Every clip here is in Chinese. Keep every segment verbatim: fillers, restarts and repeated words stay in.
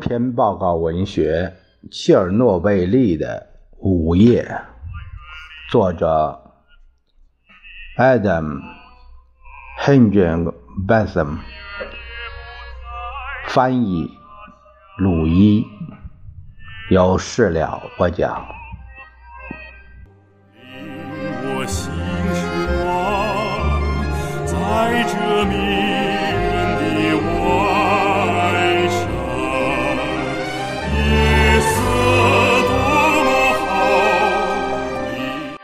篇报告文学《切尔诺贝利的午夜》，作者 Adam Higginbotham， 翻译鲁伊，有事了播讲。 我心是光，在这迷人的晚上，夜色多么好丽。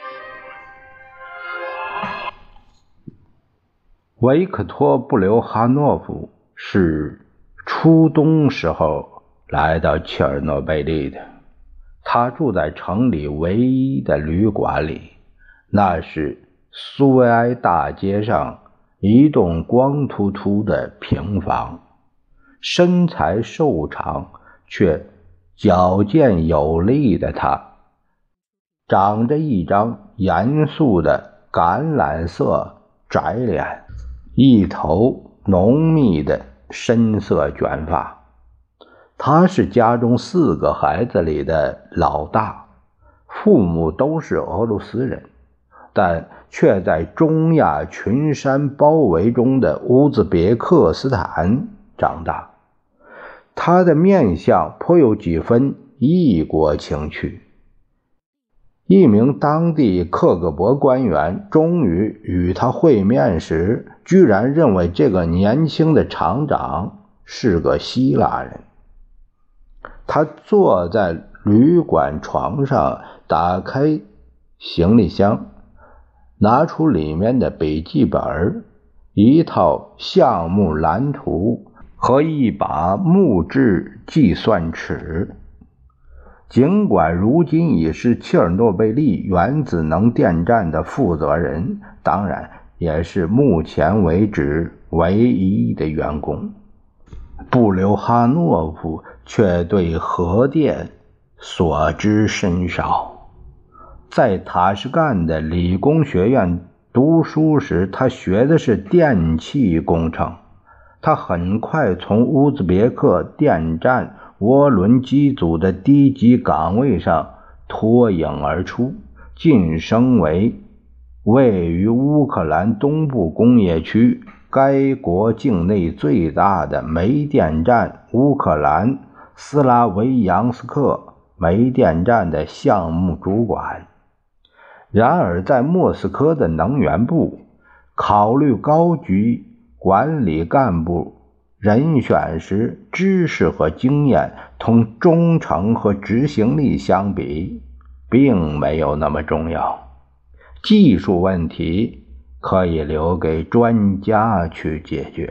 维克托·布留哈诺夫是初冬时候来到切尔诺贝利的，他住在城里唯一的旅馆里，那是苏维埃大街上一栋光秃秃的平房。身材瘦长却矫健有力的他，长着一张严肃的橄榄色窄脸，一头浓密的深色卷发。他是家中四个孩子里的老大，父母都是俄罗斯人，但却在中亚群山包围中的乌兹别克斯坦长大。他的面相颇有几分异国情趣。一名当地克格勃官员终于与他会面时，居然认为这个年轻的厂长是个希腊人。他坐在旅馆床上，打开行李箱，拿出里面的笔记本、一套项目蓝图和一把木质计算尺。尽管如今已是切尔诺贝利原子能电站的负责人，当然也是目前为止唯一的员工，布留哈诺夫却对核电所知甚少。在塔什干的理工学院读书时，他学的是电气工程。他很快从乌兹别克电站涡轮机组的低级岗位上脱颖而出，晋升为位于乌克兰东部工业区该国境内最大的煤电站乌克兰斯拉维扬斯克煤电站的项目主管。然而在莫斯科的能源部，考虑高级管理干部人选时，知识和经验同忠诚和执行力相比并没有那么重要，技术问题可以留给专家去解决。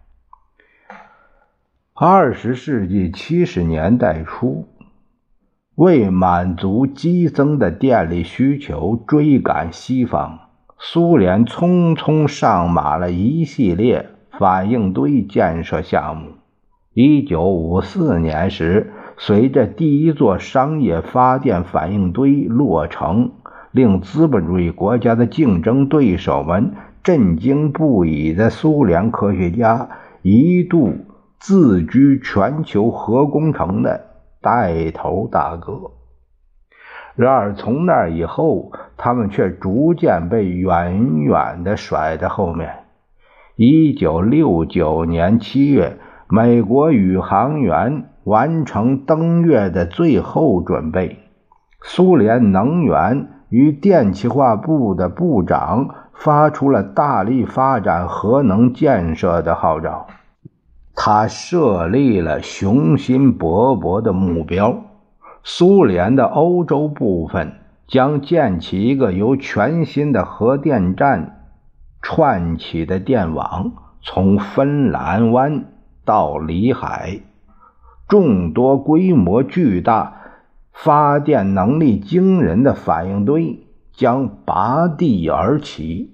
二十世纪七十年代初，为满足激增的电力需求追赶西方，苏联匆匆上马了一系列反应堆建设项目。一九五四年时，随着第一座商业发电反应堆落成，令资本主义国家的竞争对手们震惊不已的苏联科学家一度自居全球核工程的带头大哥。然而从那以后，他们却逐渐被远远地甩在后面。一九六九年七月，美国宇航员完成登月的最后准备，苏联能源与电气化部的部长发出了大力发展核能建设的号召。他设立了雄心勃勃的目标，苏联的欧洲部分将建起一个由全新的核电站串起的电网，从芬兰湾到里海，众多规模巨大、发电能力惊人的反应堆将拔地而起。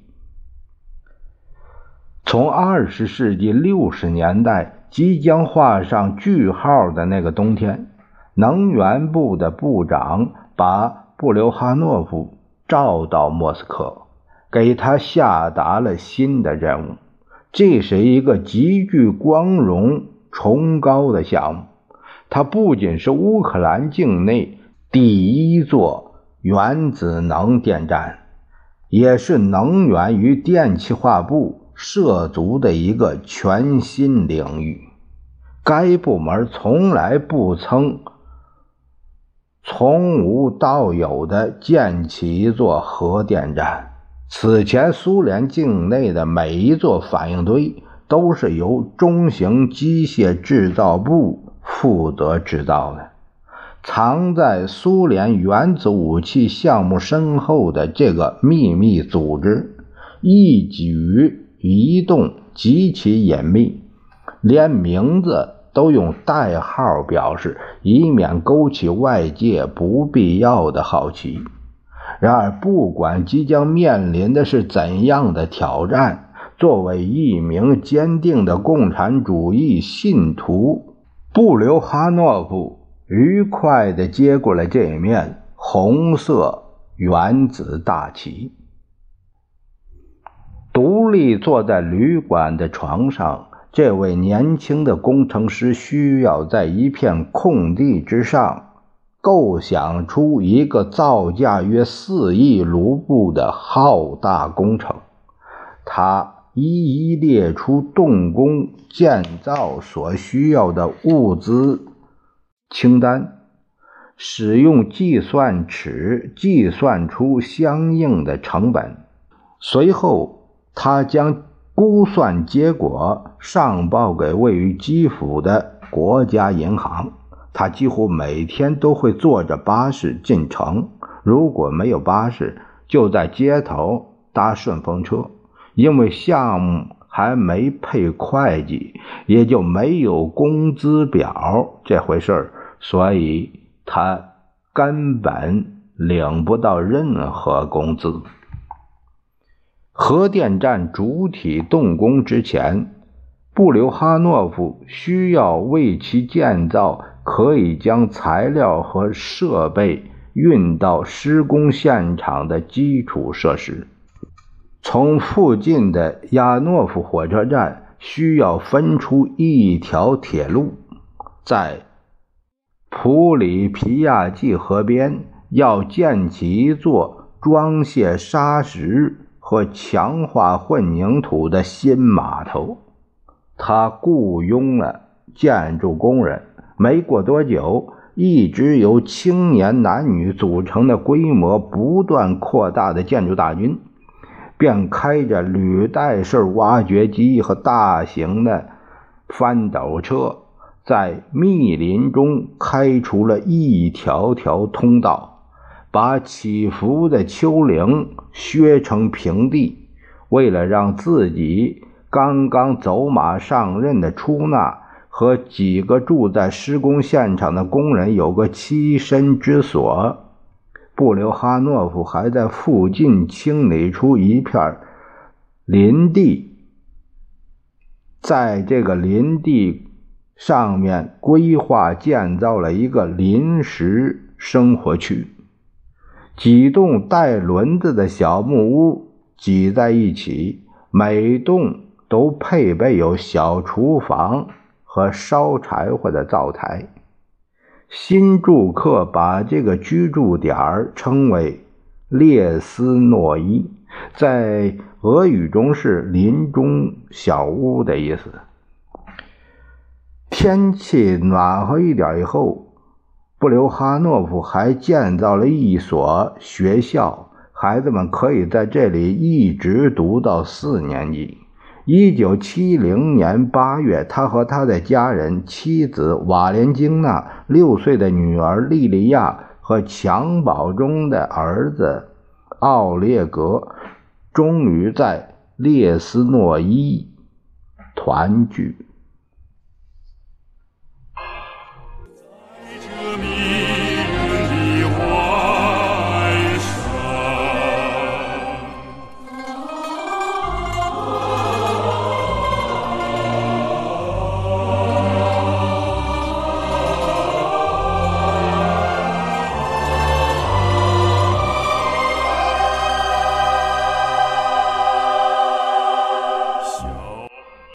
从二十世纪六十年代即将画上句号的那个冬天，能源部的部长把布留哈诺夫召到莫斯科，给他下达了新的任务。这是一个极具光荣崇高的项目， 它不仅是乌克兰境内第一座原子能电站，也是能源与电气化部涉足的一个全新领域。该部门从来不曾从无到有地建起一座核电站。此前苏联境内的每一座反应堆都是由中型机械制造部负责制造的。藏在苏联原子武器项目身后的这个秘密组织，一举一动极其隐秘，连名字都用代号表示，以免勾起外界不必要的好奇。然而不管即将面临的是怎样的挑战，作为一名坚定的共产主义信徒，布留哈诺夫愉快地接过了这面红色原子大旗。独立坐在旅馆的床上，这位年轻的工程师需要在一片空地之上构想出一个造价约四亿卢布的浩大工程。他一一列出动工建造所需要的物资清单，使用计算尺计算出相应的成本。随后他将估算结果上报给位于基辅的国家银行。他几乎每天都会坐着巴士进城，如果没有巴士，就在街头搭顺风车。因为项目还没配会计，也就没有工资表这回事儿，所以他根本领不到任何工资。核电站主体动工之前，布留哈诺夫需要为其建造可以将材料和设备运到施工现场的基础设施。从附近的亚诺夫火车站需要分出一条铁路，在普里皮亚季河边要建起一座装卸砂石和强化混凝土的新码头。他雇佣了建筑工人，没过多久，一直由青年男女组成的规模不断扩大的建筑大军便开着履带式挖掘机和大型的翻斗车，在密林中开出了一条条通道，把起伏的丘陵削成平地。为了让自己刚刚走马上任的出纳和几个住在施工现场的工人有个栖身之所，布留哈诺夫还在附近清理出一片林地，在这个林地上面规划建造了一个临时生活区。几栋带轮子的小木屋挤在一起，每栋都配备有小厨房和烧柴火的灶台。新住客把这个居住点称为列斯诺伊，在俄语中是林中小屋的意思。天气暖和一点以后，布留哈诺夫还建造了一所学校，孩子们可以在这里一直读到四年级。一九七零年八月，他和他的家人、妻子瓦莲金娜、六岁的女儿莉莉亚和襁褓中的儿子奥列格终于在列斯诺伊团聚。